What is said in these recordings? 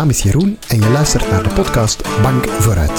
naam is Jeroen en je luistert naar de podcast Bank Vooruit.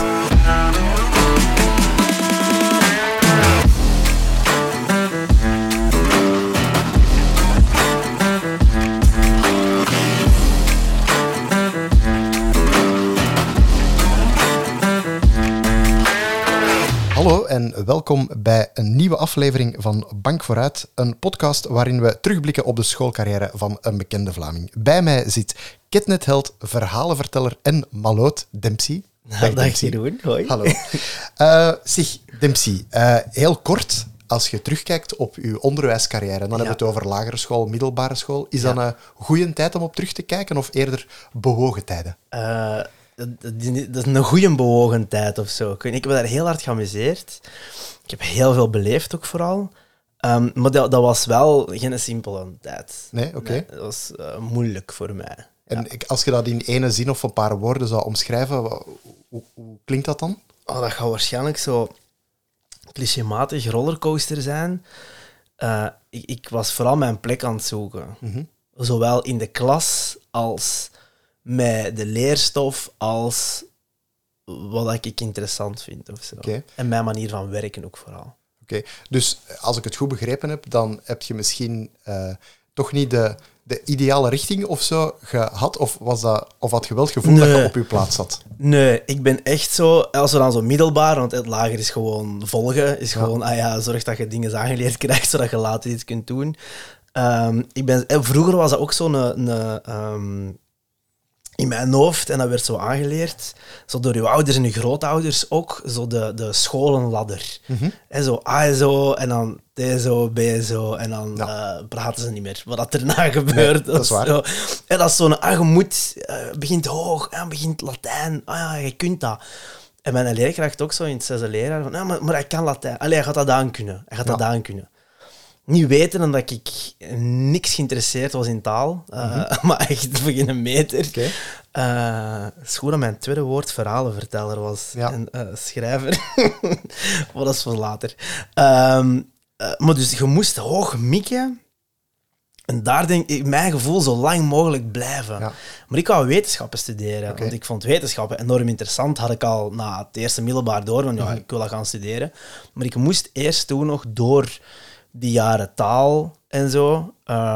Hallo en welkom bij een nieuwe aflevering van Bank Vooruit, een podcast waarin we terugblikken op de schoolcarrière van een bekende Vlaming. Bij mij zit ketnetheld, verhalenverteller en maloot Dempsey. Dag Jeroen, hoi. Hallo. Zeg, Dempsey, heel kort, als je terugkijkt op je onderwijscarrière, dan hebben we het over lagere school, middelbare school. Is dat een goede tijd om op terug te kijken of eerder bewogen tijden? Dat is een goede bewogen tijd of zo. Ik heb me daar heel hard geamuseerd. Ik heb heel veel beleefd ook vooral. Maar dat was wel geen simpele tijd. Nee, oké. Nee, dat was moeilijk voor mij. En als je dat in ene zin of een paar woorden zou omschrijven, hoe klinkt dat dan? Oh, dat gaat waarschijnlijk zo clichématig rollercoaster zijn. Ik was vooral mijn plek aan het zoeken. Mm-hmm. Zowel in de klas als met de leerstof, als wat ik interessant vind. Of zo. Okay. En mijn manier van werken ook vooral. Oké. Dus als ik het goed begrepen heb, dan heb je misschien toch niet de ideale richting of zo gehad? Of had je wel het gevoel dat je op je plaats zat? Nee, ik ben echt zo... Als we dan zo middelbaar, want het lager is gewoon volgen, is gewoon, zorg dat je dingen aangeleerd krijgt, zodat je later iets kunt doen. Vroeger was dat ook zo'n in mijn hoofd, en dat werd zo aangeleerd, zo door uw ouders en uw grootouders ook, zo de scholenladder. Mm-hmm. En zo A zo, en dan T zo, B zo, en dan praten ze niet meer wat er gebeurt. Nee, dat is waar. Zo. En dat is zo'n, je moet, begint hoog, begint Latijn, je kunt dat. En mijn leerkracht ook zo in het zesde leraar, van, maar hij kan Latijn. Allee, hij gaat dat aankunnen. Niet weten dat ik niks geïnteresseerd was in taal, maar echt voor geen meter. Okay. Het is goed dat mijn tweede woord verhalenverteller was en schrijver. Maar dat is voor later. Maar dus je moest hoog mikken en daar denk ik, mijn gevoel, zo lang mogelijk blijven. Ja. Maar ik wou wetenschappen studeren, want ik vond wetenschappen enorm interessant. Had ik al na het eerste middelbaar door, want ik wil dat gaan studeren. Maar ik moest eerst toen nog door die jaren taal en zo.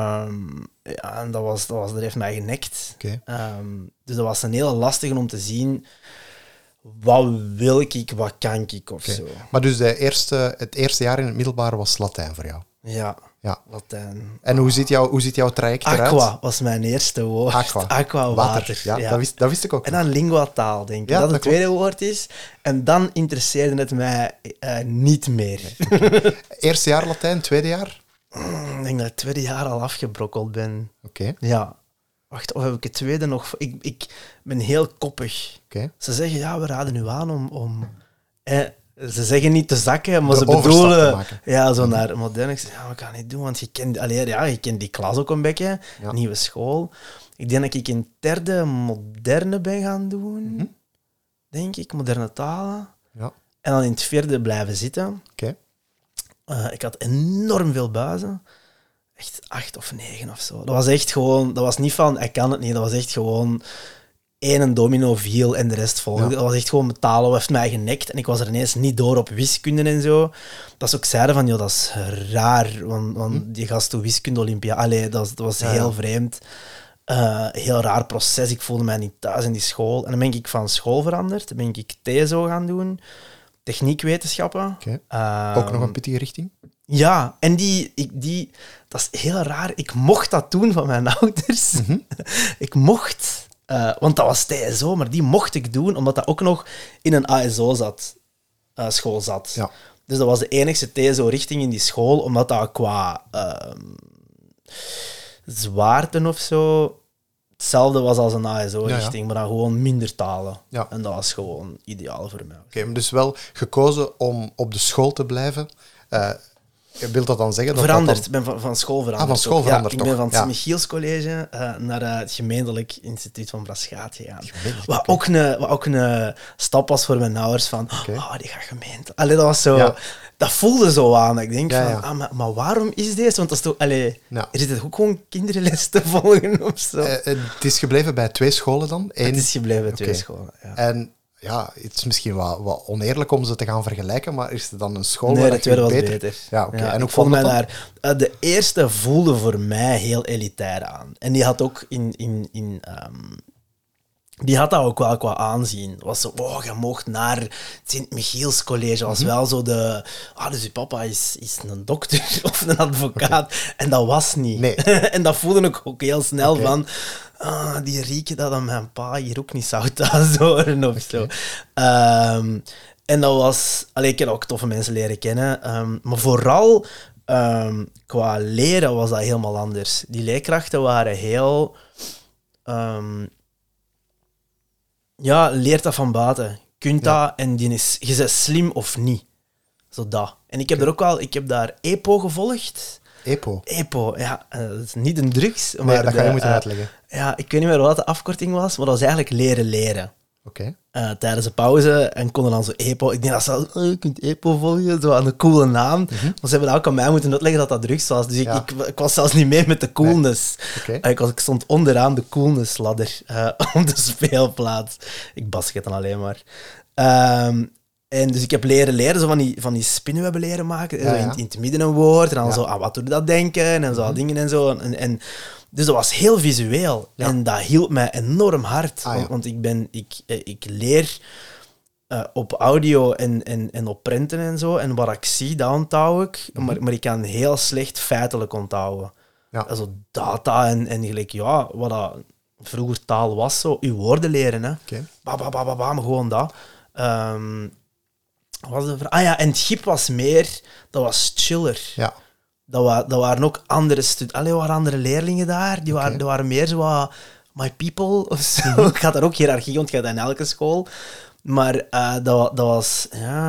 En dat heeft mij genekt. Okay. Dus dat was een hele lastige om te zien. Wat wil ik, wat kan ik of zo. Maar dus het eerste jaar in het middelbaar was Latijn voor jou? Ja. Latijn. En hoe ziet jouw traject eruit? Aqua was mijn eerste woord. Aqua, water. Ja. Dat wist ik ook. En dan lingua-taal, denk ik. Dat het tweede woord is. En dan interesseerde het mij niet meer. Eerste jaar Latijn, tweede jaar? Ik denk dat ik het tweede jaar al afgebrokkeld ben. Oké. Ja. Wacht, of heb ik het tweede nog... Ik ben heel koppig. Okay. Ze zeggen, we raden u aan om ze zeggen niet te zakken, maar ze bedoelen... Naar modern. Ik zeg, dat kan niet doen, want je kent die klas ook een beetje. Ja. Nieuwe school. Ik denk dat ik in derde moderne ben gaan doen. Mm-hmm. Denk ik, moderne talen. Ja. En dan in het vierde blijven zitten. Okay. Ik had enorm veel buizen. Echt 8 of 9 of zo. Dat was echt gewoon... Dat was niet van, ik kan het niet. Dat was echt gewoon... Eén domino viel en de rest volgde. Ja. Dat was echt gewoon met talen. Heeft mij genekt. En ik was er ineens niet door op wiskunde en zo. Dat ze ook zeiden van, dat is raar. Want die gast doet wiskunde Olympia. Allee, dat was heel vreemd. Heel raar proces. Ik voelde mij niet thuis in die school. En dan ben ik van school veranderd. Dan ben ik TSO gaan doen. Techniekwetenschappen. Okay. Ook nog een pittige richting? Ja, en dat is heel raar. Ik mocht dat doen van mijn ouders. Mm-hmm. Ik mocht... want dat was TSO, maar die mocht ik doen, omdat dat ook nog in een ASO school zat. Ja. Dus dat was de enigste TSO-richting in die school, omdat dat qua zwaarte of zo hetzelfde was als een ASO-richting, maar dan gewoon minder talen. Ja. En dat was gewoon ideaal voor mij. Oké, maar dus wel gekozen om op de school te blijven. Wil dat dan zeggen? Ik ben van school veranderd. Van school veranderd, ik ben van het Sint-Michiels College naar het gemeentelijk instituut van Braschaat gegaan. Wat ook een stap was voor mijn ouders van, die gaat gemeente. Allee, dat was zo... Ja. dat voelde zo aan. Ik denk Ja. maar waarom is deze? Want dat is toch... Allee, Ja. er zit ook gewoon kinderles te volgen of zo. Het is gebleven bij 2 scholen dan? Het is gebleven bij 2 Oké. scholen, ja. En ja, het is misschien wat oneerlijk om ze te gaan vergelijken, maar is er dan een school Nee, waar de je tweede was beter... beter. Ja, oké. En ik hoe voelde vond mij dat daar... de eerste voelde voor mij heel elitair aan. En die had ook die had dat ook wel qua aanzien. Het was zo, je mocht naar het Sint-Michiels College. Was wel zo de... dus je papa is een dokter of een advocaat. En dat was niet. Nee. En dat voelde ik ook heel snel Oké. van... die rieken dat aan mijn pa hier ook niet zou thuis horen of zo. En dat was... ik heb ook toffe mensen leren kennen. Maar vooral qua leren was dat helemaal anders. Die leerkrachten waren heel... leert dat van buiten. Kunt dat en je bent slim of niet. Zo dat. En ik heb daar EPO gevolgd. EPO? Ja. Dat is niet een drugs, Nee, maar... dat ga je moeten uitleggen. Ja, ik weet niet meer wat de afkorting was, maar dat was eigenlijk leren. Oké. Tijdens de pauze en konden dan zo EPO... Ik denk dat ze je kunt EPO volgen, zo aan een coole naam. Maar ze hebben dat ook aan mij moeten uitleggen dat dat drugs was. Dus ik was zelfs niet mee met de coolness. Nee. Oké. Ik stond onderaan de coolness-ladder op de speelplaats. Ik basket dan alleen maar. En dus ik heb leren zo van die spinnenwebben leren maken. Zo in het midden een woord. En dan zo, wat doet dat denken? En zo dingen en zo. En dus dat was heel visueel. Ja. En dat hielp mij enorm hard. Want ik leer op audio en op printen en zo. En wat ik zie, dat onthoud ik. Maar ik kan heel slecht feitelijk onthouden. Ja. Also data en gelijk, wat dat vroeger taal was, zo, uw woorden leren. Hè. Okay. Maar gewoon dat. En het schip was meer, dat was chiller. Ja. Dat waren ook andere er waren andere leerlingen daar. Die waren meer zo wat my people of zo. Ik had daar ook hiërarchie, want je had dat in elke school. Maar dat was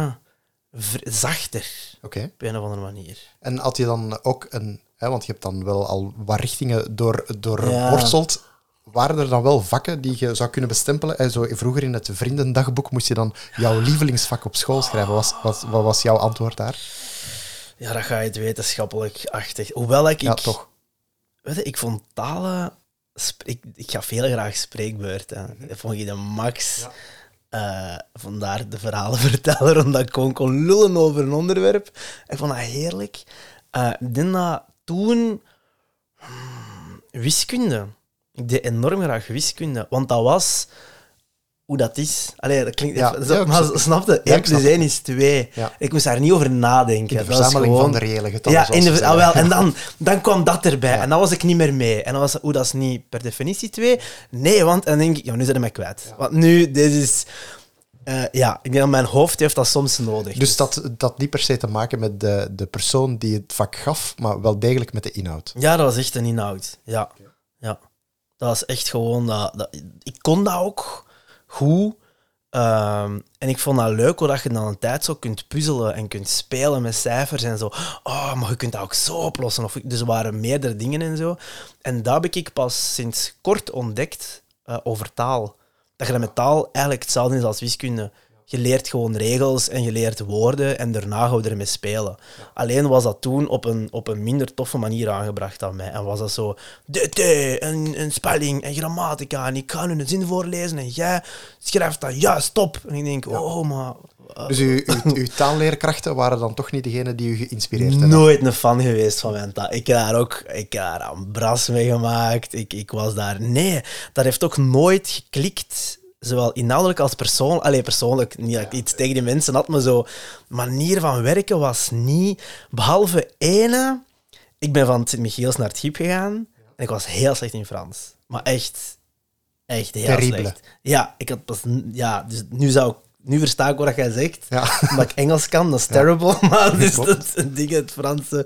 zachter. Okay. Op een of andere manier. En had je dan ook want je hebt dan wel al wat richtingen doorworsteld. Waren er dan wel vakken die je zou kunnen bestempelen? Zo vroeger in het vriendendagboek moest je dan jouw lievelingsvak op school schrijven. Wat was jouw antwoord daar? Ja, dat ga je het wetenschappelijk-achtig. Hoewel ik... Ja, toch. Weet je, ik vond talen... Ik gaf heel graag spreekbeurten. Dat vond ik de max. Ja. Vandaar de verhalenverteller, omdat ik gewoon kon lullen over een onderwerp. Ik vond dat heerlijk. Ik denk dat toen... wiskunde. Ik deed enorm graag wiskunde, want dat was... Hoe dat is. Allee, dat klinkt... maar snap je? 1 plus 1 is 2. Ja. Ik moest daar niet over nadenken. In de verzameling van de reële getallen. Ja, en dan kwam dat erbij. Ja. En dan was ik niet meer mee. En dan was dat is niet per definitie 2. Nee, want... En dan denk ik, nu zijn we mij kwijt. Ja. Want nu, dit is... ik denk dat mijn hoofd heeft dat soms nodig. Dus dat niet per se te maken met de persoon die het vak gaf, maar wel degelijk met de inhoud. Ja, dat was echt een inhoud. Ja. Okay. Ja. Dat was echt gewoon... ik kon dat ook... goed. En ik vond dat leuk, hoe je dan een tijd zo kunt puzzelen en kunt spelen met cijfers en zo. Maar je kunt dat ook zo oplossen. Dus er waren meerdere dingen en zo. En dat heb ik pas sinds kort ontdekt over taal. Dat je dat met taal eigenlijk hetzelfde is als wiskunde. Je leert gewoon regels en je leert woorden en daarna ga je ermee spelen. Ja. Alleen was dat toen op een minder toffe manier aangebracht aan mij. En was dat zo, en spelling en grammatica en ik ga nu een zin voorlezen en jij schrijft dat juist op. En ik denk, maar... Dus uw taalleerkrachten waren dan toch niet degene die u geïnspireerd hebben? Nooit een fan geweest van mijn taal. Ik heb daar een bras mee gemaakt. Ik was daar... Nee, dat heeft ook nooit geklikt. Zowel inhoudelijk als persoonlijk. Niet dat ik iets tegen die mensen had, maar zo... manier van werken was niet... Behalve ene... Ik ben van Sint-Michiels naar het Giep gegaan en ik was heel slecht in Frans. Maar echt heel terrible. Slecht. Ja, ik had pas... Ja, dus nu versta ik wat jij zegt. Ja. Omdat ik Engels kan, dat is terrible. Maar dus dat ding, het Franse...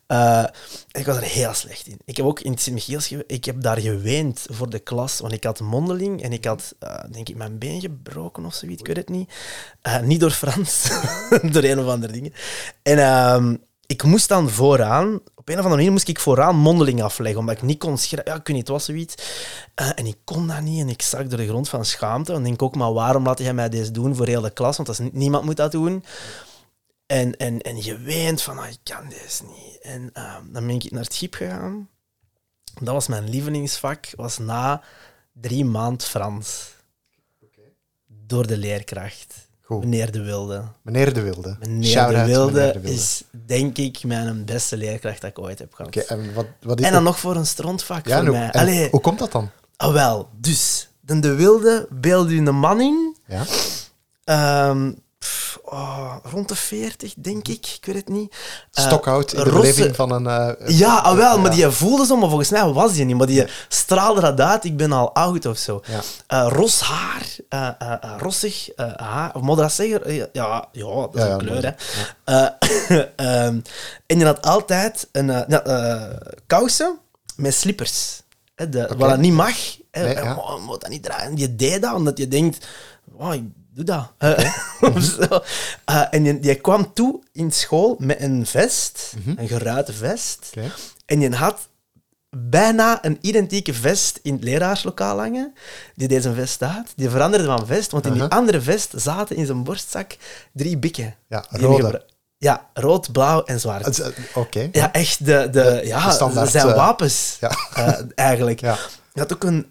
ik was er heel slecht in. Ik heb ook in Sint-Michiels... Ik heb daar geweend voor de klas, want ik had mondeling en ik had, denk ik, mijn been gebroken of zoiets. Ik weet het niet. Niet door Frans. Door een of andere dingen. En ik moest dan vooraan... Op een of andere manier moest ik vooraan mondeling afleggen, omdat ik niet kon schrijven. Ja, ik weet niet, het was zoiets. En ik kon dat niet en ik zak door de grond van schaamte. En denk ook, maar waarom laat jij mij deze doen voor heel de klas? Want niemand moet dat doen. En je weent van, ik kan dit niet. En dan ben ik naar het schip gegaan. Dat was mijn lievelingsvak, was na 3 maanden Frans. Door de leerkracht. Goed. Meneer De Wilde. Meneer De Wilde. Meneer De Wilde is, denk ik, mijn beste leerkracht dat ik ooit heb gehad. En wat is en dan nog voor een strontvak voor mij. En hoe komt dat dan? Wel, dus, De Wilde beelde u een man in. Ja. Rond de 40, denk ik. Ik weet het niet. Stokoud in de beleving van een... maar die voelde zo, maar volgens mij was die niet. Maar die straalde dat uit, ik ben al oud of zo. Ja. Ros haar, rossig haar. Of moet dat zeggen? Ja, dat is een kleur, hè. En je had altijd een kousen met slippers. Wat dat niet mag. Nee, Je moet dat niet draaien. Je deed dat omdat je denkt... ik doe dat. Okay. En je kwam toe in school met een vest, een geruite vest. Okay. En je had bijna een identieke vest in het leraarslokaal hangen. Die deed zijn vest uit. Die veranderde van vest, want in die andere vest zaten in zijn borstzak 3 bikken. Ja, rode. Ja, rood, blauw en zwart. Oké. Ja, echt de standaard, zijn wapens, eigenlijk. Ja. Je had ook een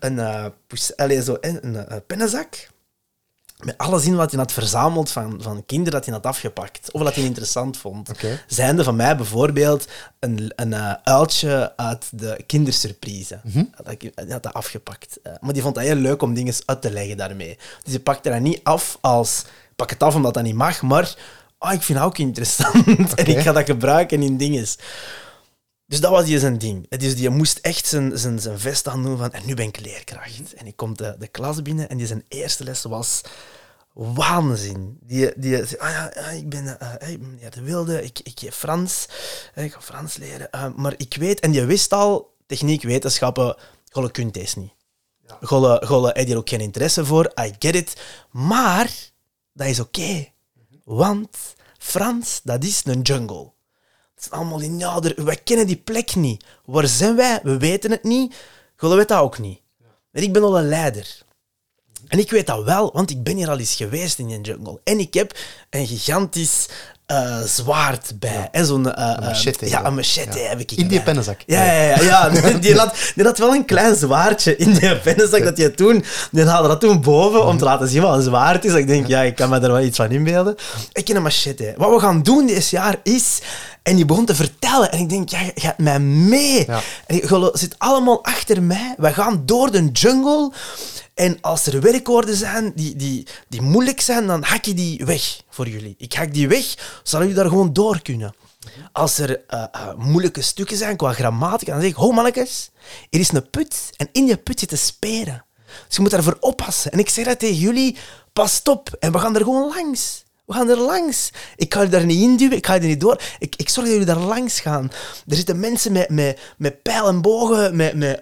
pennenzak met alles in wat hij had verzameld van kinderen dat hij had afgepakt. Of dat hij interessant vond. Okay. Zijnde van mij bijvoorbeeld een uiltje uit de kindersurprise. Die had dat afgepakt. Maar die vond dat heel leuk om dingen uit te leggen daarmee. Dus je pakte dat niet af als... Pak het af omdat dat niet mag, maar... ik vind dat ook interessant. Okay. En ik ga dat gebruiken in dingen. Dus dat was hier zijn ding. Dus die moest echt zijn vest aan doen van... En nu ben ik leerkracht. En ik kom de klas binnen en die zijn eerste les was... Waanzin. Die zei, ik ben meneer De Wilde, ik geef Frans. Ik ga Frans leren. Maar ik weet... En je wist al, techniek, wetenschappen... Golle kunt deze niet. Golle heb je er ook geen interesse voor. I get it. Maar, dat is oké. Want Frans, dat is een jungle. Het is allemaal in wij kennen die plek niet. Waar zijn wij? We weten het niet. Jullie weten dat ook niet. Maar ik ben al een leider. En ik weet dat wel, want ik ben hier al eens geweest in die jungle. En ik heb een gigantisch zwaard bij. Ja. Zo'n machete. Een machete heb ik in die pennenzak. Ja. Die had wel een klein zwaardje in die pennenzak dat je toen... Die haalde dat toen boven om te laten zien wat een zwaard is. Ik denk, ik kan me daar wel iets van inbeelden. Ik ken een machete. Wat we gaan doen dit jaar is... En die begon te vertellen. En ik denk, je gaat mij mee. Ja. En je zit allemaal achter mij. We gaan door de jungle. En als er werkwoorden zijn die moeilijk zijn, dan hak je die weg voor jullie. Ik hak die weg, zodat jullie daar gewoon door kunnen. Als er moeilijke stukken zijn qua grammatica, dan zeg ik, ho mannetjes, er is een put en in die put zitten speren. Dus je moet daarvoor oppassen. En ik zeg dat tegen jullie, pas op. En we gaan er gewoon langs. We gaan er langs. Ik ga je daar niet induwen, ik ga je er niet door. Ik zorg dat jullie daar langs gaan. Er zitten mensen met pijl en bogen, met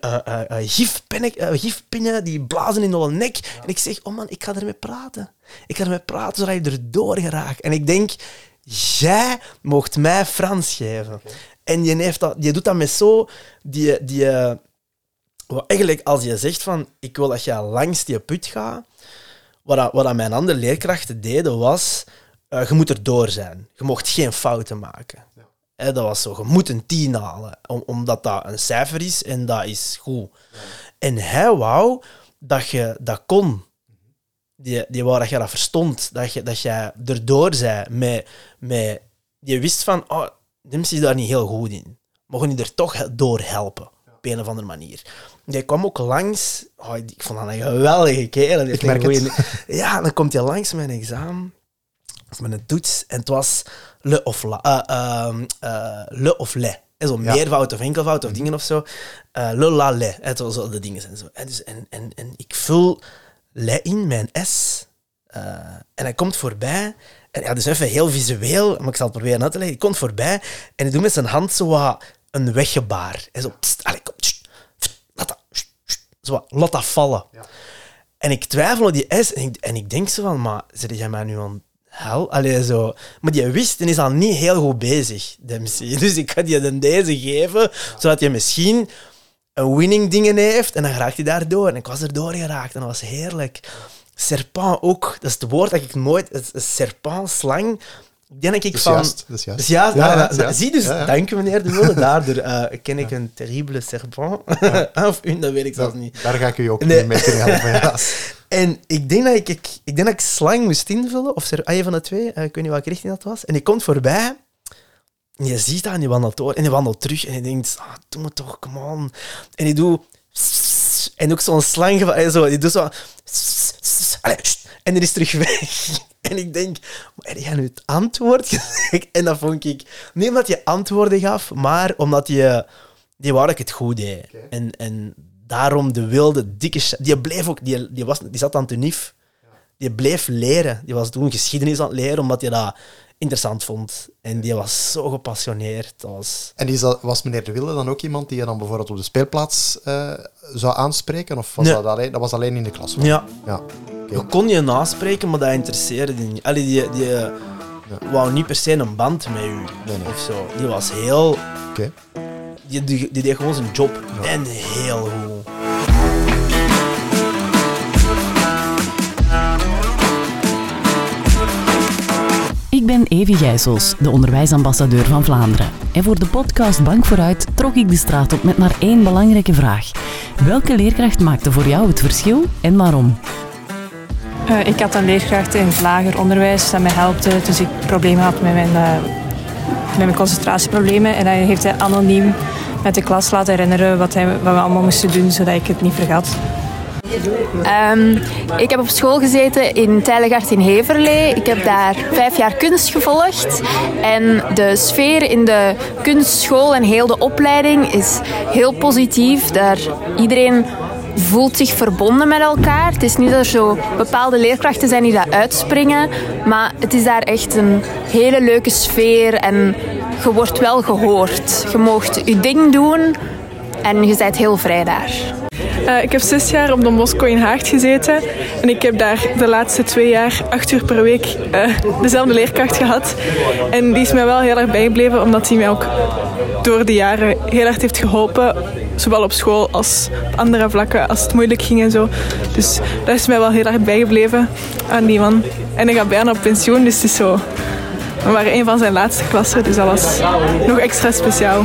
gifpinnen, die blazen in hun nek. Ja. En ik zeg, oh man, ik ga ermee praten. Ik ga ermee praten, zodat je erdoor geraakt. En ik denk, jij mocht mij Frans geven. Okay. En je doet dat met zo... Eigenlijk, als je zegt van, ik wil dat jij langs die put gaat... Wat mijn andere leerkrachten deden was... je moet erdoor zijn. Je mocht geen fouten maken. Ja. Dat was zo. Je moet een 10 halen. Omdat dat een cijfer is en dat is goed. Ja. En hij wou dat je dat kon. Die wou dat je dat verstond. Dat jij erdoor zei. Met je wist van... Dims is daar niet heel goed in. Mogen die er toch door helpen. Op een of andere manier. Die kwam ook langs... ik vond dat een geweldige kerel. Ik merk het. Ja, dan komt hij langs mijn examen. Of met een toets. En het was le of le. Zo meervoud of enkelvoud of dingen of zo. Le, la, le. Zo de dingen en zo. En ik vul le in, mijn S. En hij komt voorbij. En dus even heel visueel, maar ik zal het proberen uit te leggen. Hij komt voorbij en hij doet met zijn hand zo wat een weggebaar. En zo... kom, laat dat vallen. Ja. En ik twijfel op die S en ik denk zo van, maar zit jij mij nu aan hel? Allee, zo. Maar die wist en is al niet heel goed bezig, Dempsey. Dus ik ga die deze geven, zodat hij misschien een winning dingen heeft en dan raakt hij daardoor. En ik was erdoor geraakt en dat was heerlijk. Serpent ook, dat is het woord dat ik nooit... Serpent, slang, denk ik Dus van... juist. Dus ja, zie dus, Ja. dank u meneer De Wilde, daardoor ken ik een terrible serpent. Of een, dat weet ik zelfs niet. Daar ga ik u ook niet mee kunnen helpen, helaas. En ik denk dat ik slang moest invullen, of een van de twee, ik weet niet welke richting dat was. En die komt voorbij, en je ziet dat, en die wandelt door, en die wandelt terug, en je denkt, doe me toch, come on. En die doet... En ook zo'n slang, die doet zo... En die is terug weg. En ik denk, maar heb jij nu het antwoord gezegd? En dat vond ik... Niet omdat je antwoorden gaf, maar omdat je... Die wou dat ik het goed deed. Okay. En daarom de wilde, dikke... Die bleef ook... Die zat aan Tenif. Die bleef leren. Die was toen geschiedenis aan het leren, omdat hij dat interessant vond. En die was zo gepassioneerd. En was meneer De Wilde dan ook iemand die je dan bijvoorbeeld op de speelplaats zou aanspreken? Of was dat was alleen in de klas? Ja. Okay. Je kon je naspreken, maar dat interesseerde die niet. Die wou niet per se een band met u of zo. Die was heel... Okay. Die deed gewoon zijn job. Ja. En heel goed. Ik ben Evie Gijsels, de onderwijsambassadeur van Vlaanderen. En voor de podcast Bank Vooruit trok ik de straat op met maar één belangrijke vraag. Welke leerkracht maakte voor jou het verschil en waarom? Ik had een leerkracht in het lager onderwijs dat mij helpte toen ik problemen had met mijn concentratieproblemen. En hij heeft hij anoniem met de klas laten herinneren wat we allemaal moesten doen, zodat ik het niet vergat. Ik heb op school gezeten in Tijlegaard in Heverlee. Ik heb daar 5 jaar kunst gevolgd. En de sfeer in de kunstschool en heel de opleiding is heel positief. Iedereen voelt zich verbonden met elkaar. Het is niet dat er zo bepaalde leerkrachten zijn die dat uitspringen. Maar het is daar echt een hele leuke sfeer. En je wordt wel gehoord. Je moogt je ding doen. En je bent heel vrij daar. Ik heb 6 jaar op Don Bosco in Haagt gezeten. En ik heb daar de laatste 2 jaar 8 uur per week dezelfde leerkracht gehad. En die is mij wel heel erg bijgebleven, omdat hij mij ook door de jaren heel erg heeft geholpen. Zowel op school als op andere vlakken, als het moeilijk ging en zo. Dus dat is mij wel heel erg bijgebleven aan die man. En hij gaat bijna op pensioen, dus het is zo... We waren een van zijn laatste klassen, dus dat was nog extra speciaal.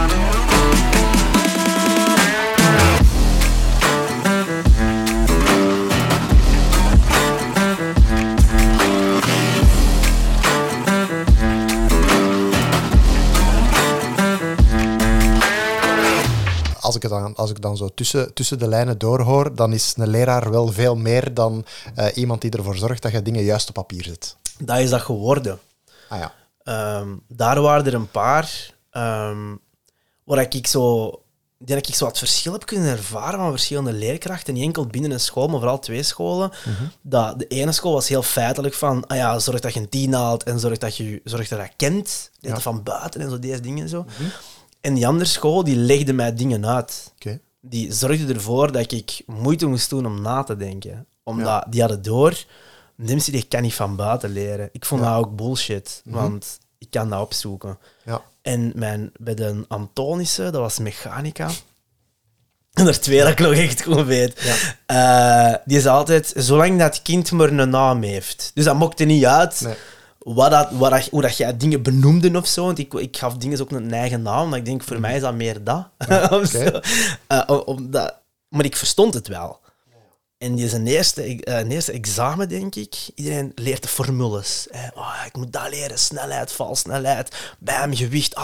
Als ik dan zo tussen de lijnen doorhoor, dan is een leraar wel veel meer dan iemand die ervoor zorgt dat je dingen juist op papier zet. Dat is dat geworden. Ah ja. Daar waren er een paar waar ik zo het verschil heb kunnen ervaren van verschillende leerkrachten. Niet enkel binnen een school, maar vooral 2 scholen. Mm-hmm. Dat de ene school was heel feitelijk van, zorg dat je een 10 haalt en zorg dat je dat kent. Ja. Van buiten en zo, deze dingen en zo. Mm-hmm. En die andere school, die legde mij dingen uit. Okay. Die zorgde ervoor dat ik moeite moest doen om na te denken. Omdat die hadden door, Nimsi, die kan niet van buiten leren. Ik vond dat ook bullshit, want ik kan dat opzoeken. Ja. En bij de Antonische, dat was mechanica. En er 2 dat ik nog echt goed weet. Ja. Die is altijd, zolang dat kind maar een naam heeft. Dus dat maakte niet uit... Nee. Hoe dat jij dingen benoemde of zo. Want ik gaf dingen ook een eigen naam. Maar ik denk, voor mij is dat meer dat. Ja, okay. Maar ik verstond het wel. En die is een eerste examen, denk ik. Iedereen leert de formules. Ik moet dat leren. Snelheid, valsnelheid. Bam, gewicht.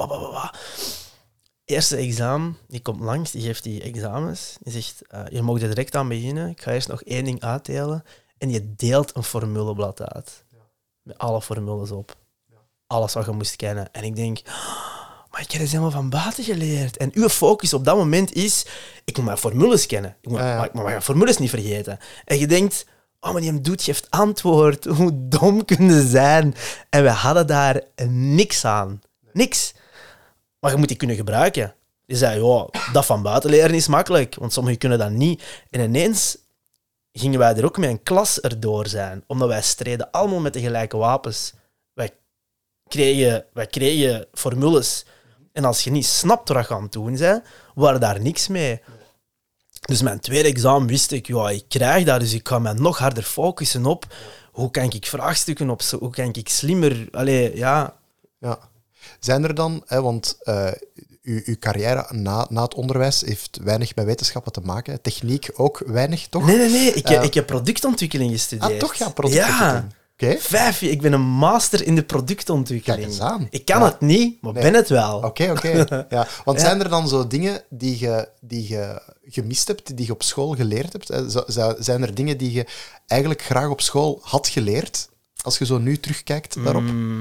Eerste examen. Die komt langs. Die geeft die examens. Die zegt, je mag er direct aan beginnen. Ik ga eerst nog 1 ding uitdelen. En je deelt een formuleblad uit. Met alle formules op. Ja. Alles wat je moest kennen. En ik denk, maar ik heb het helemaal van buiten geleerd. En uw focus op dat moment is, ik moet mijn formules kennen. Ik moet mijn formules niet vergeten. En je denkt, maar die geeft antwoord. Hoe dom kunnen zijn? En we hadden daar niks aan. Niks. Maar je moet die kunnen gebruiken. Je zei, dat van buiten leren is makkelijk. Want sommigen kunnen dat niet. En ineens... gingen wij er ook met een klas erdoor zijn. Omdat wij streden allemaal met de gelijke wapens. Wij kregen formules. En als je niet snapt wat je aan het doen bent, waren daar niks mee. Dus mijn tweede examen wist ik, ik krijg dat, dus ik ga mij nog harder focussen op hoe kan ik vraagstukken hoe kan ik slimmer... Allee, ja... Ja. Zijn er dan, want uw carrière na het onderwijs heeft weinig met wetenschappen te maken, techniek ook weinig, toch? Nee. Ik heb productontwikkeling gestudeerd. Ah, toch? Ja, productontwikkeling. Ja. 5 jaar. Ik ben een master in de productontwikkeling. Kijk eens aan. Ik kan het niet, maar ben het wel. Oké. Ja. Want zijn er dan zo dingen die je gemist hebt, die je op school geleerd hebt? Zijn er dingen die je eigenlijk graag op school had geleerd, als je zo nu terugkijkt daarop?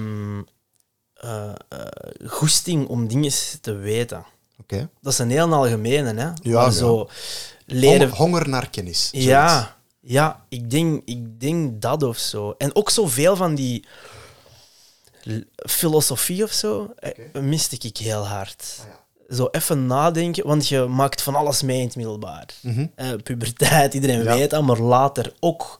Goesting om dingen te weten. Oké. Dat is een heel algemene, hè? Ja, Maar zo leren... Honger naar kennis. Ja, ik denk dat of zo. En ook zoveel van die filosofie of zo, miste ik heel hard. Ah, ja. Zo even nadenken, want je maakt van alles mee in het middelbaar. Puberteit, iedereen weet dat, maar later ook.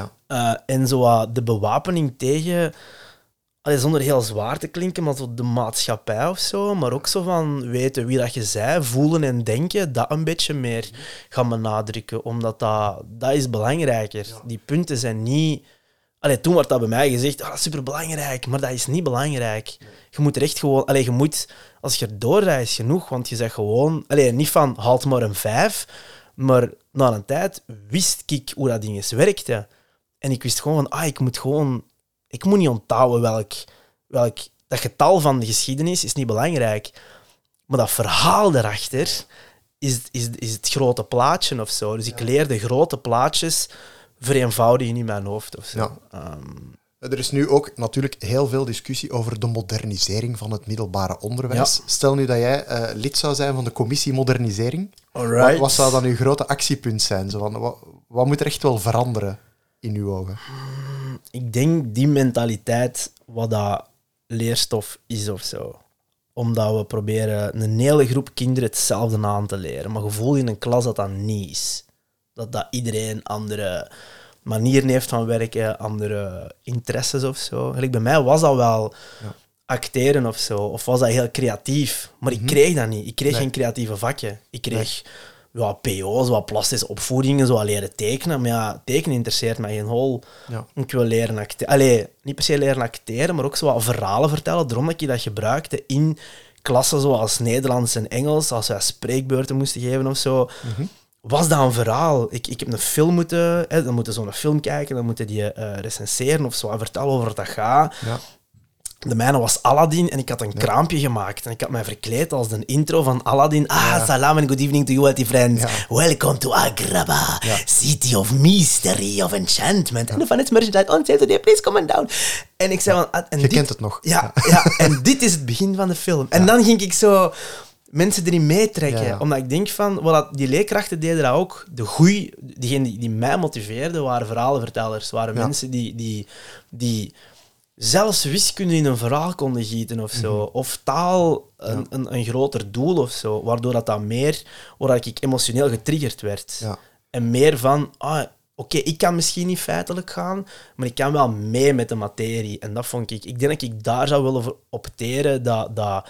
En zo de bewapening tegen... zonder heel zwaar te klinken, maar zo de maatschappij of zo. Maar ook zo van weten wie dat je zij, voelen en denken, dat een beetje meer gaan benadrukken. Omdat dat is belangrijker. Ja. Die punten zijn niet... toen werd dat bij mij gezegd, dat is superbelangrijk, maar dat is niet belangrijk. Nee. Je moet er echt gewoon... je moet, als je erdoor rijdt, is genoeg, want je zegt gewoon... niet van, haalt maar een 5, maar na een tijd wist ik hoe dat ding werkte. En ik wist gewoon van, ik moet niet onthouden welk... Dat getal van de geschiedenis is niet belangrijk. Maar dat verhaal erachter is het grote plaatje of zo. Dus ik leerde grote plaatjes vereenvoudigen in mijn hoofd of zo. Ja. Er is nu ook natuurlijk heel veel discussie over de modernisering van het middelbare onderwijs. Ja. Stel nu dat jij lid zou zijn van de commissie modernisering. Wat zou dan uw grote actiepunt zijn? Zo van, wat moet er echt wel veranderen in uw ogen? Ik denk die mentaliteit wat dat leerstof is of zo. Omdat we proberen een hele groep kinderen hetzelfde aan te leren. Maar je voelt in een klas dat niet is. Dat iedereen andere manieren heeft van werken, andere interesses of zo. Eigenlijk bij mij was dat wel acteren of zo. Of was dat heel creatief. Maar ik kreeg dat niet. Ik kreeg geen creatieve vakken. Ik kreeg... PO's, plastische opvoedingen, zo leren tekenen. Maar tekenen interesseert mij geen hol. Ja. Ik wil leren acteren. Niet per se leren acteren, maar ook zo verhalen vertellen. Daarom dat ik dat gebruikte in klassen zoals Nederlands en Engels, als wij spreekbeurten moesten geven of zo. Was dat een verhaal? Ik heb een film moeten... dan moeten ze zo'n film kijken, dan moeten die recenseren of zo en vertellen over wat dat gaat. Ja. De mijne was Aladdin en ik had een kraampje gemaakt. En ik had mij verkleed als de intro van Aladdin. Salam and good evening to you, healthy friends. Ja. Welcome to Agrabah, city of mystery, of enchantment. En van its merchandise on sale today, please come on down. En ik zei van... Je kent het nog. Ja, en dit is het begin van de film. En dan ging ik zo mensen erin meetrekken. Ja. Omdat ik denk van... die leerkrachten deden dat ook. Diegenen die mij motiveerden, waren verhalenvertellers. Waren mensen die zelfs wiskunde in een verhaal konden gieten of zo. Of taal een groter doel of zo. Waardoor ik emotioneel getriggerd werd. Ja. En meer van, oké, ik kan misschien niet feitelijk gaan, maar ik kan wel mee met de materie. En dat vond ik... Ik denk dat ik daar zou willen opteren, dat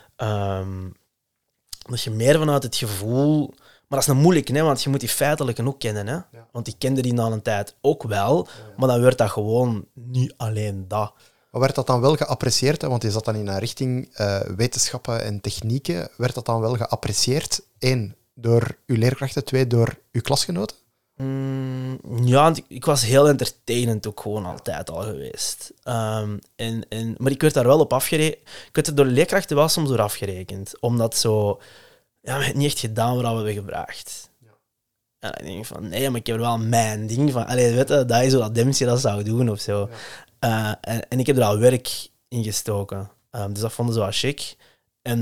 je meer vanuit het gevoel... Maar dat is een moeilijk, hè, want je moet die feitelijke ook kennen. Hè? Ja. Want ik kende die na een tijd ook wel, maar dan werd dat gewoon niet alleen dat. Maar werd dat dan wel geapprecieerd? Hè? Want je zat dan in een richting wetenschappen en technieken. Werd dat dan wel geapprecieerd? 1, door uw leerkrachten. 2, door uw klasgenoten? Ik was heel entertainend ook gewoon altijd al geweest. Maar ik werd daar wel op afgerekend. Ik werd er door de leerkrachten wel soms door afgerekend. Omdat zo... we hebben niet echt gedaan wat we hebben gevraagd. Ja. En ik denk van, nee, maar ik heb er wel mijn ding van. Weet je, dat is zo dat Dempsey dat zou doen of zo. Ja. En ik heb er al werk in gestoken. Dus dat vonden ze wel chic. En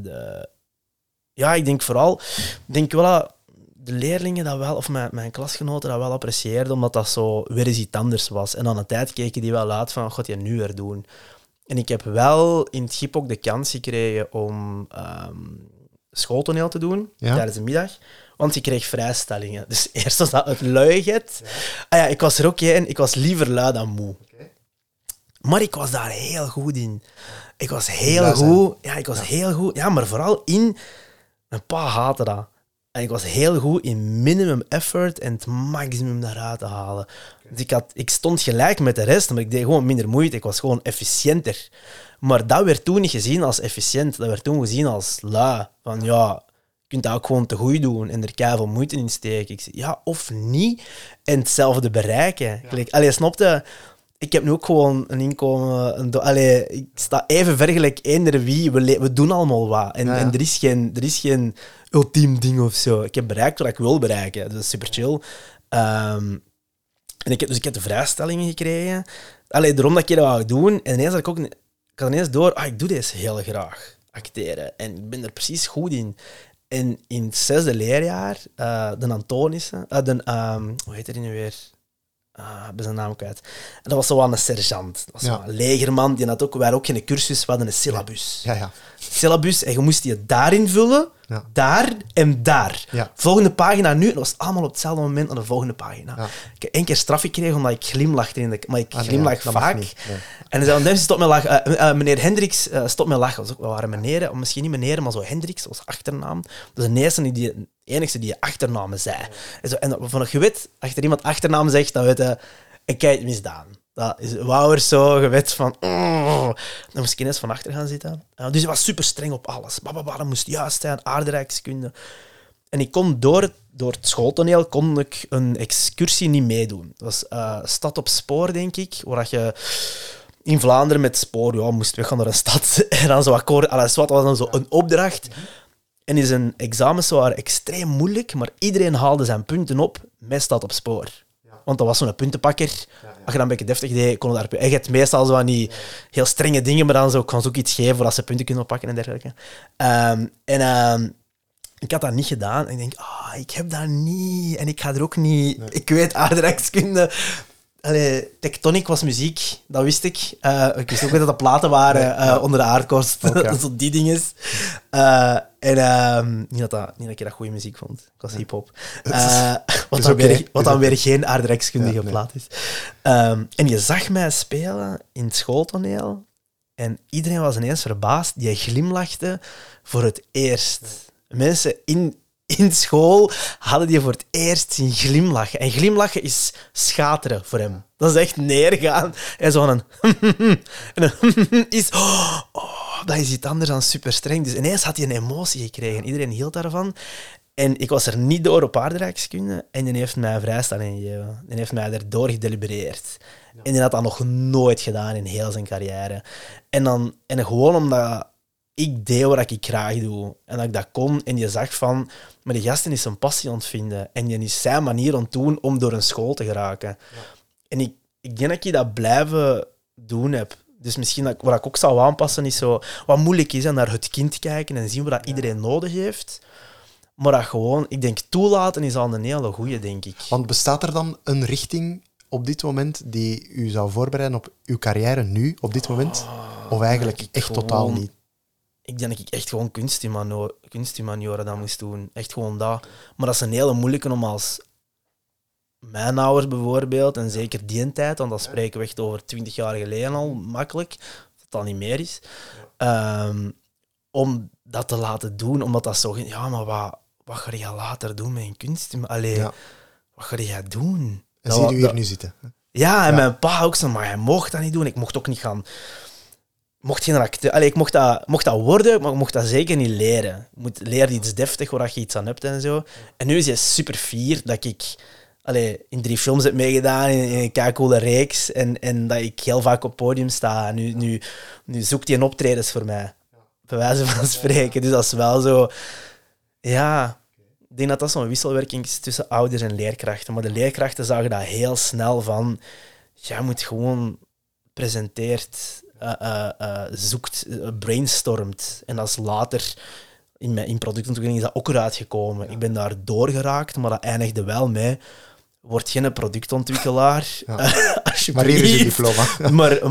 ik denk vooral... Ik denk wel dat de leerlingen dat wel, of mijn klasgenoten dat wel apprecieerden, omdat dat zo weer eens iets anders was. En aan de tijd keken die wel uit van, god, je nu weer doen. En ik heb wel in het GIP ook de kans gekregen om... schooltoneel te doen tijdens de middag, want ik kreeg vrijstellingen. Dus eerst was dat het luiheid. Ik was er ook in. Ik was liever lui dan moe. Okay. Maar ik was daar heel goed in. Ik was heel goed. Ja, ik was heel goed. Ja, maar vooral in... Mijn pa haatte dat. En ik was heel goed in minimum effort en het maximum daaruit te halen. Dus ik stond gelijk met de rest, maar ik deed gewoon minder moeite. Ik was gewoon efficiënter. Maar dat werd toen niet gezien als efficiënt. Dat werd toen gezien als lui. Van ja, je kunt dat ook gewoon te goed doen en er keiveel moeite in steken. Ik zei, ja, of niet. En hetzelfde bereiken. Ja. Snapte? Ik heb nu ook gewoon een inkomen... ik sta even ver gelijk eender wie. We doen allemaal wat. En er is geen ultiem ding of zo. Ik heb bereikt wat ik wil bereiken. Dat is super chill. En ik heb de vrijstellingen gekregen. Daarom dat ik dat wou doen. En ineens had ik had ineens door... ik doe deze heel graag. Acteren. En ik ben er precies goed in. En in het 6e leerjaar, de Antonissen... hoe heet die nu weer? Ik ben zijn naam kwijt. En dat was zo een sergeant. Dat was zo een legerman. Die had ook, wij hadden ook geen cursus, we hadden een syllabus. Ja. Syllabus, en je moest die daarin vullen, daar en daar. Ja. Volgende pagina nu, en dat was allemaal op hetzelfde moment naar de volgende pagina. Ja. Ik heb 1 keer straf gekregen omdat ik glimlachte. Maar ik glimlach vaak. Nee. En hij zei, stop met lachen. Meneer Hendricks, stop met lachen. We waren meneren, misschien niet meneer, maar zo Hendricks, dat was achternaam. Dat is de enige die je achternamen zei. En van je weet, achter iemand achternaam zegt, dan weet je, ik heb het misdaan. Dat is wou er zo, je weet van... Dan moest ik ineens van achter gaan zitten. Dus hij was super streng op alles. Dat moest juist zijn, aardrijkskunde. En ik kon door het schooltoneel kon ik een excursie niet meedoen. Dat was Stad op Spoor, denk ik, waar je... In Vlaanderen met spoor, moest weg gaan naar een stad. En dan zo akkoord, alles wat was dan zo een opdracht. En zijn examens waren extreem moeilijk, maar iedereen haalde zijn punten op met Stad op Spoor. Want dat was zo'n puntenpakker. Als je dan een beetje deftig deed, kon je daar... Je hebt meestal zo van die heel strenge dingen, maar dan zo, kon ze ook iets geven voordat ze punten kunnen oppakken en dergelijke. Ik had dat niet gedaan. En ik denk, ik heb dat niet. En ik ga er ook niet... Nee. Ik weet aardrijkskunde... Tectonic was muziek, dat wist ik. Ik wist ook dat dat platen waren onder de aardkorst. Okay. Zo die dingen. Niet dat ik dat goede muziek vond. Ik was hip-hop. Wat dan weer geen aardrijkskundige plaat is. En je zag mij spelen in het schooltoneel. En iedereen was ineens verbaasd. Die glimlachte voor het eerst. Mensen in school hadden die voor het eerst zien glimlachen. En glimlachen is schateren voor hem. Dat is echt neergaan. En zo'n... en een is... dat is iets anders dan super streng. Dus ineens had hij een emotie gekregen. Iedereen hield daarvan. En ik was er niet door op aardrijkskunde. En die heeft mij een vrijstelling gegeven. Die heeft mij erdoor gedelibereerd. Ja. En die had dat nog nooit gedaan in heel zijn carrière. En gewoon omdat... Ik deed wat ik graag doe. En dat ik dat kon. En je zag van... Maar die gasten is zijn passie aan het vinden. En die is zijn manier aan het doen om door een school te geraken. Ja. En ik denk dat je dat blijven doen heb. Dus misschien wat ik ook zou aanpassen is zo... Wat moeilijk is, naar het kind kijken en zien wat iedereen nodig heeft. Maar dat gewoon... Ik denk, toelaten is al een hele goeie, denk ik. Want bestaat er dan een richting op dit moment die u zou voorbereiden op uw carrière nu, op dit moment? Of eigenlijk echt gewoon, totaal niet? Ik denk dat ik echt gewoon kunsthumanioren dat moest doen. Echt gewoon dat. Maar dat is een hele moeilijke om als mijn ouders bijvoorbeeld, en zeker die tijd, want dat spreken we echt over 20 jaar geleden al, makkelijk, dat dat niet meer is, om dat te laten doen, omdat dat zo... Ja, maar wat ga je later doen met een kunst? Wat ga je doen? En zie je hier nu zitten. Ja, en mijn pa ook zo, maar hij mocht dat niet doen. Ik mocht ook niet gaan... Mocht geen acteur... ik mocht dat worden, maar ik mocht dat zeker niet leren. Je moet leren iets deftig, waar je iets aan hebt en zo. En nu is hij super fier dat ik in 3 films heb meegedaan, in een keicoole reeks, en dat ik heel vaak op het podium sta. Nu zoekt hij een optredens voor mij. Bij wijze van spreken. Dus dat is wel zo... Ja... Ik denk dat dat zo'n wisselwerking is tussen ouders en leerkrachten. Maar de leerkrachten zagen dat heel snel van... Jij moet gewoon presenteert, zoekt, brainstormt. En dat is later... In productontwikkeling is dat ook eruit gekomen. Ik ben daar doorgeraakt, maar dat eindigde wel mee... Word geen productontwikkelaar. Ja. Maar hier is je diploma.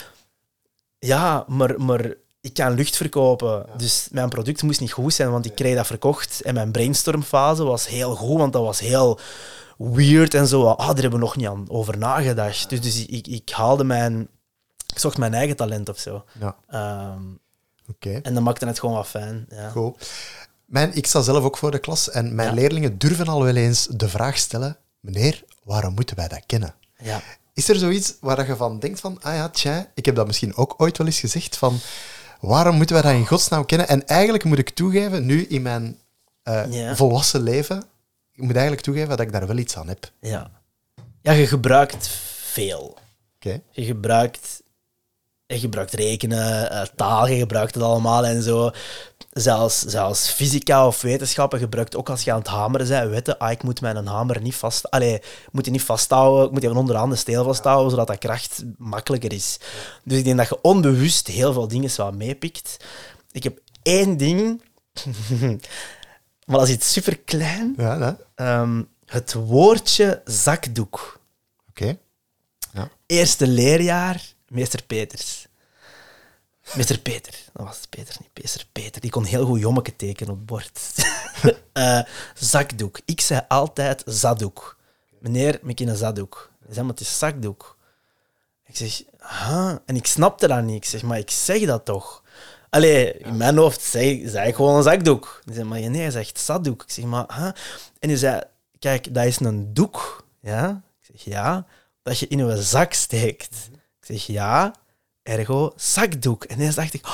maar ik kan lucht verkopen. Ja. Dus mijn product moest niet goed zijn, want ik kreeg dat verkocht. En mijn brainstormfase was heel goed, want dat was heel weird en zo. Daar hebben we nog niet aan over nagedacht. Dus ik zocht mijn eigen talent of zo. Ja. Okay. En dat maakte het gewoon wat fijn. Ja. Goed. Ik sta zelf ook voor de klas en mijn leerlingen durven al wel eens de vraag stellen: meneer, waarom moeten wij dat kennen? Ja. Is er zoiets waar je van denkt van, ik heb dat misschien ook ooit wel eens gezegd, van waarom moeten wij dat in godsnaam kennen? En eigenlijk moet ik toegeven, nu in mijn volwassen leven, ik moet eigenlijk toegeven dat ik daar wel iets aan heb. Ja, je gebruikt veel. Okay. Je gebruikt rekenen, taal, je gebruikt het allemaal en zo. Zelfs fysica of wetenschappen gebruikt ook als je aan het hameren bent. Weten, ik moet mijn hamer niet vast... moet je niet vasthouden, ik moet je onderaan de steel vasthouden, zodat dat kracht makkelijker is. Dus ik denk dat je onbewust heel veel dingen wel meepikt. Ik heb 1 ding, maar dat is iets superklein. Ja, Het woordje zakdoek. Oké. Ja. Eerste leerjaar, meester Peters. Meester Peter, dat was Peter niet, meester Peter. Die kon heel goed jommeke tekenen op het bord. Zakdoek. Ik zei altijd zaddoek. Meneer, ik ken een zaddoek. Hij zei, maar het is zakdoek. Ik zeg, en ik snapte dat niet. Ik zeg, maar ik zeg dat toch? In mijn hoofd zei ik gewoon een zakdoek. Hij zei, maar nee, hij zegt zaddoek. Ik zeg, maar En hij zei, kijk, dat is een doek. Ja? Ik zeg, ja, dat je in je zak steekt. Ik zeg, ja, ergo zakdoek. En ineens dacht ik,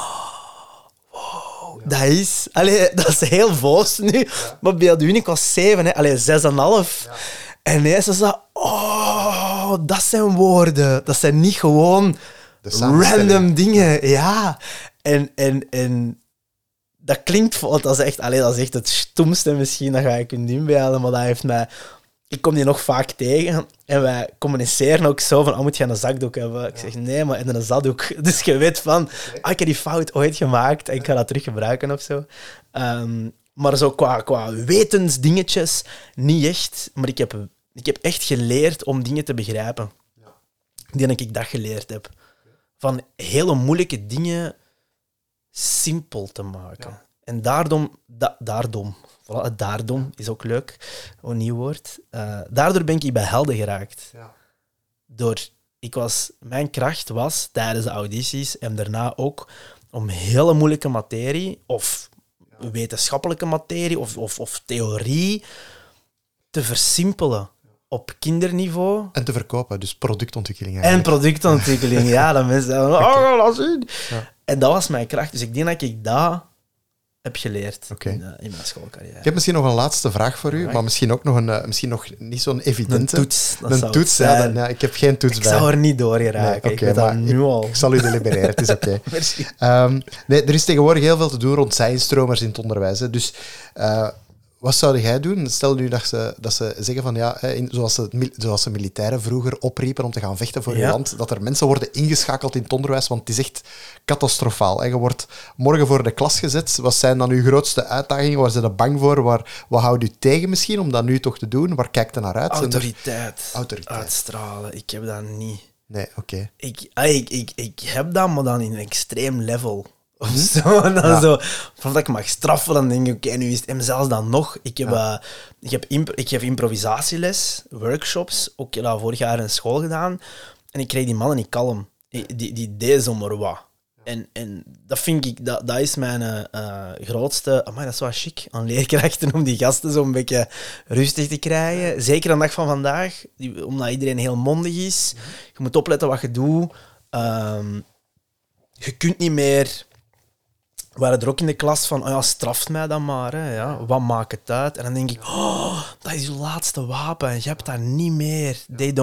wow, dat is heel voos nu. Maar bij de ik was 7, 6,5. En ineens was dat, dat zijn woorden. Dat zijn niet gewoon random dingen. Ja. En dat klinkt, dat is echt het stomste misschien dat je kunt inbeelden, maar dat heeft mij... Ik kom die nog vaak tegen en wij communiceren ook zo van, moet je een zakdoek hebben? Ik zeg, nee, maar in een zaddoek. Dus je weet van, ik heb die fout ooit gemaakt en ik ga dat terug gebruiken of zo. Maar zo qua wetensdingetjes, niet echt. Maar ik heb echt geleerd om dingen te begrijpen. Die ik dat geleerd heb. Van hele moeilijke dingen simpel te maken. Ja. En daardom, voilà, daardom is ook leuk, een nieuw woord. Daardoor ben ik bij helden geraakt. Ja. Mijn kracht was tijdens de audities en daarna ook om hele moeilijke materie of wetenschappelijke materie of theorie te versimpelen op kinderniveau. En te verkopen, dus productontwikkeling eigenlijk. En productontwikkeling, ja. Dat mensen zeggen, laat zien. Ja. En dat was mijn kracht. Dus ik denk dat ik dat heb geleerd in mijn schoolcarrière. Ik heb misschien nog een laatste vraag voor u, maar misschien ook nog misschien nog niet zo'n evidente. Een toets. Een toets, ik heb geen toets bij. Ik zou er niet door geraken. Nee, ik weet dat nu al. Ik zal u delibereren, het is oké. Merci. Er is tegenwoordig heel veel te doen rond zijnstromers in het onderwijs. Hè. Dus wat zou jij doen? Stel nu dat ze zeggen van zoals de militairen vroeger opriepen om te gaan vechten voor je land, dat er mensen worden ingeschakeld in het onderwijs, want het is echt catastrofaal. Hè. Je wordt morgen voor de klas gezet. Wat zijn dan uw grootste uitdagingen? Waar zijn ze bang voor? Wat houdt u tegen misschien om dat nu toch te doen? Waar kijkt u naar uit? Autoriteit. Uitstralen. Ik heb dat niet. Nee, oké. Ik heb dat, maar dan in een extreem level. Of zo. En dan zo, vanaf dat ik mag straffen, dan denk ik, oké, nu is het... En zelfs dan nog, ik geef improvisatieles, workshops, ook vorig jaar in school gedaan. En ik kreeg die mannen niet kalm. Die deden zomaar wat. En dat vind ik, dat is mijn grootste... Amai, dat is wel chic aan leerkrachten, om die gasten zo'n beetje rustig te krijgen. Zeker aan de dag van vandaag, omdat iedereen heel mondig is. Je moet opletten wat je doet. Je kunt niet meer... We waren er ook in de klas van, straft mij dan maar. Hè, ja. Wat maakt het uit? En dan denk ik, dat is je laatste wapen. Je hebt dat niet meer.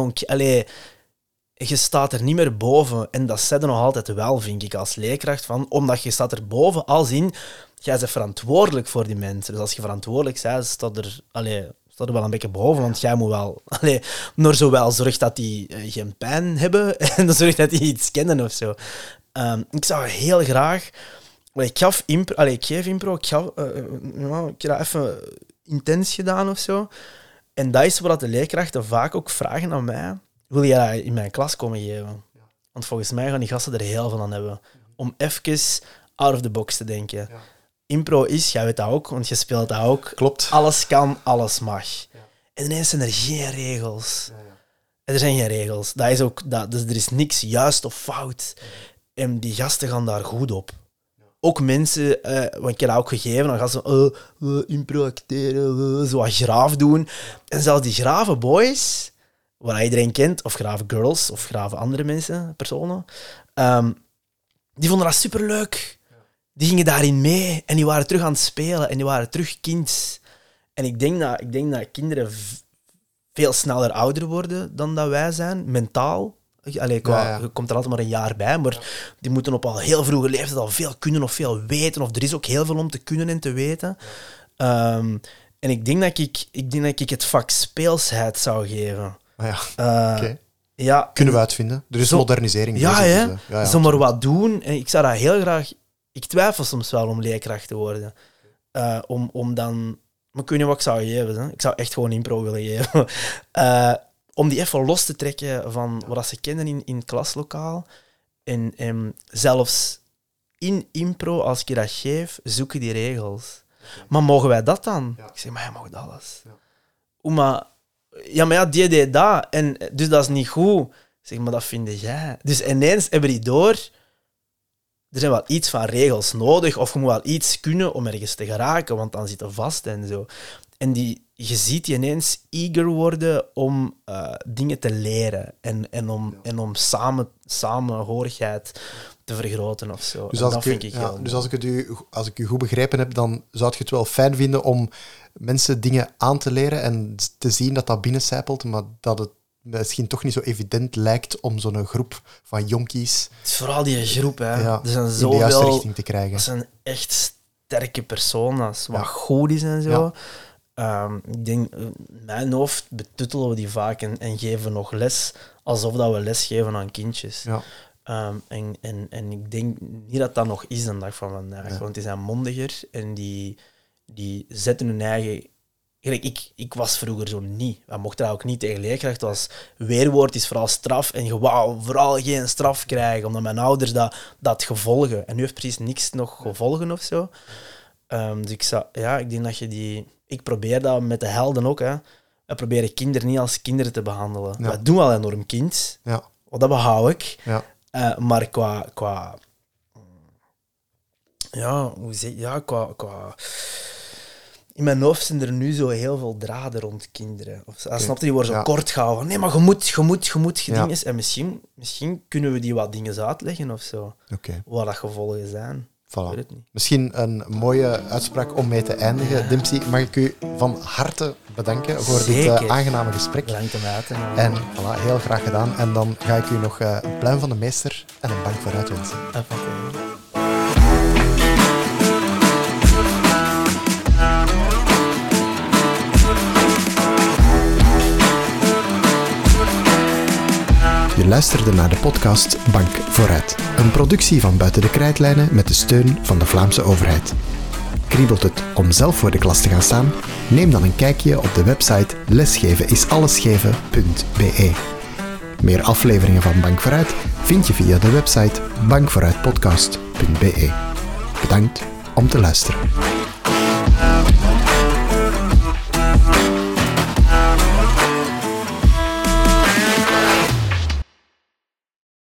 Je staat er niet meer boven. En dat zeiden nog altijd wel, vind ik, als leerkracht. Omdat je staat er boven, als in, jij bent verantwoordelijk voor die mensen. Dus als je verantwoordelijk bent, staat er wel een beetje boven. Want jij moet wel... Noor zowel zorg dat die geen pijn hebben en dan zorg dat die iets kennen of zo. Ik zou heel graag... Ik geef impro. Ik heb dat even intens gedaan of zo. En dat is wat de leerkrachten vaak ook vragen aan mij. Wil jij dat in mijn klas komen geven? Want volgens mij gaan die gasten er heel veel aan hebben. Om even out of the box te denken. Ja. Impro is, jij weet dat ook, want je speelt dat ook. Klopt. Alles kan, alles mag. Ja. En ineens zijn er geen regels. Ja. Er zijn geen regels. Dat is ook, dus er is niks juist of fout. Ja. En die gasten gaan daar goed op. ook mensen, want ik heb dat ook gegeven, dan gaan ze impro acteren, zo wat graaf doen. En zelfs die grave boys, wat iedereen kent, of grave girls, of grave andere mensen, personen, die vonden dat superleuk. Die gingen daarin mee en die waren terug aan het spelen en die waren terug kind. En ik denk dat kinderen veel sneller ouder worden dan dat wij zijn, mentaal. Je komt er altijd maar een jaar bij, maar die moeten op al heel vroege leeftijd al veel kunnen of veel weten. Of er is ook heel veel om te kunnen en te weten. En ik denk dat ik het vak speelsheid zou geven. Okay. Ja, kunnen we uitvinden. Er is modernisering. Zomaar wat doen. En ik zou dat heel graag... Ik twijfel soms wel om leerkracht te worden. Om dan... Maar ik weet niet wat ik zou geven. Hè. Ik zou echt gewoon impro willen geven. Om die even los te trekken van wat ze kennen in het klaslokaal. En zelfs in impro, als ik je dat geef, zoeken die regels. Maar mogen wij dat dan? Ja. Ik zeg, maar jij mag dat alles. Maar die deed dat. En, dus dat is niet goed. Ik zeg, maar dat vind jij. Dus ineens hebben die door... Er zijn wel iets van regels nodig, of je moet wel iets kunnen om ergens te geraken, want dan zit je vast en zo. En je ziet die ineens eager worden om dingen te leren en om samenhorigheid te vergroten of zo. Dus als ik u goed begrepen heb, dan zou je het wel fijn vinden om mensen dingen aan te leren en te zien dat dat binnencijpelt, maar dat het misschien toch niet zo evident lijkt om zo'n groep van jonkies... Het is vooral die groep, hè. Ja, er zijn zoveel, in de juiste richting te krijgen. Dat zijn echt sterke personas, wat goed is en zo. Ik denk, in mijn hoofd betuttelen we die vaak en geven nog les, alsof dat we les geven aan kindjes. Ja. En ik denk niet dat dat nog is de dag van vandaag, want die zijn mondiger en die zetten hun eigen... Ik was vroeger zo niet. We mochten dat ook niet tegen leerkracht. Was weerwoord is vooral straf. En je wou vooral geen straf krijgen, omdat mijn ouders dat gevolgen. En nu heeft precies niks nog gevolgen of zo. Dus ik denk dat je die... Ik probeer dat met de helden ook. Hè. We proberen kinderen niet als kinderen te behandelen. Ja. Dat doen we al enorm kind. Ja. Dat behoud ik. Ja. Maar qua... In mijn hoofd zijn er nu zo heel veel draden rond kinderen. Snap je, die worden zo kort gehouden. Nee, maar je moet gedingen. En misschien kunnen we die wat dingen uitleggen of zo. Wat dat gevolgen zijn. Voilà. Ik weet het niet. Misschien een mooie uitspraak om mee te eindigen. Dempsey, mag ik u van harte bedanken voor dit aangename gesprek. Bedankt om uit te nodigen. En voilà, heel graag gedaan. En dan ga ik u nog een pluim van de meester en een bank vooruit wensen. Je luisterde naar de podcast Bank Vooruit. Een productie van Buiten de Krijtlijnen met de steun van de Vlaamse overheid. Kriebelt het om zelf voor de klas te gaan staan? Neem dan een kijkje op de website lesgevenisallesgeven.be. Meer afleveringen van Bank Vooruit vind je via de website bankvooruitpodcast.be. Bedankt om te luisteren.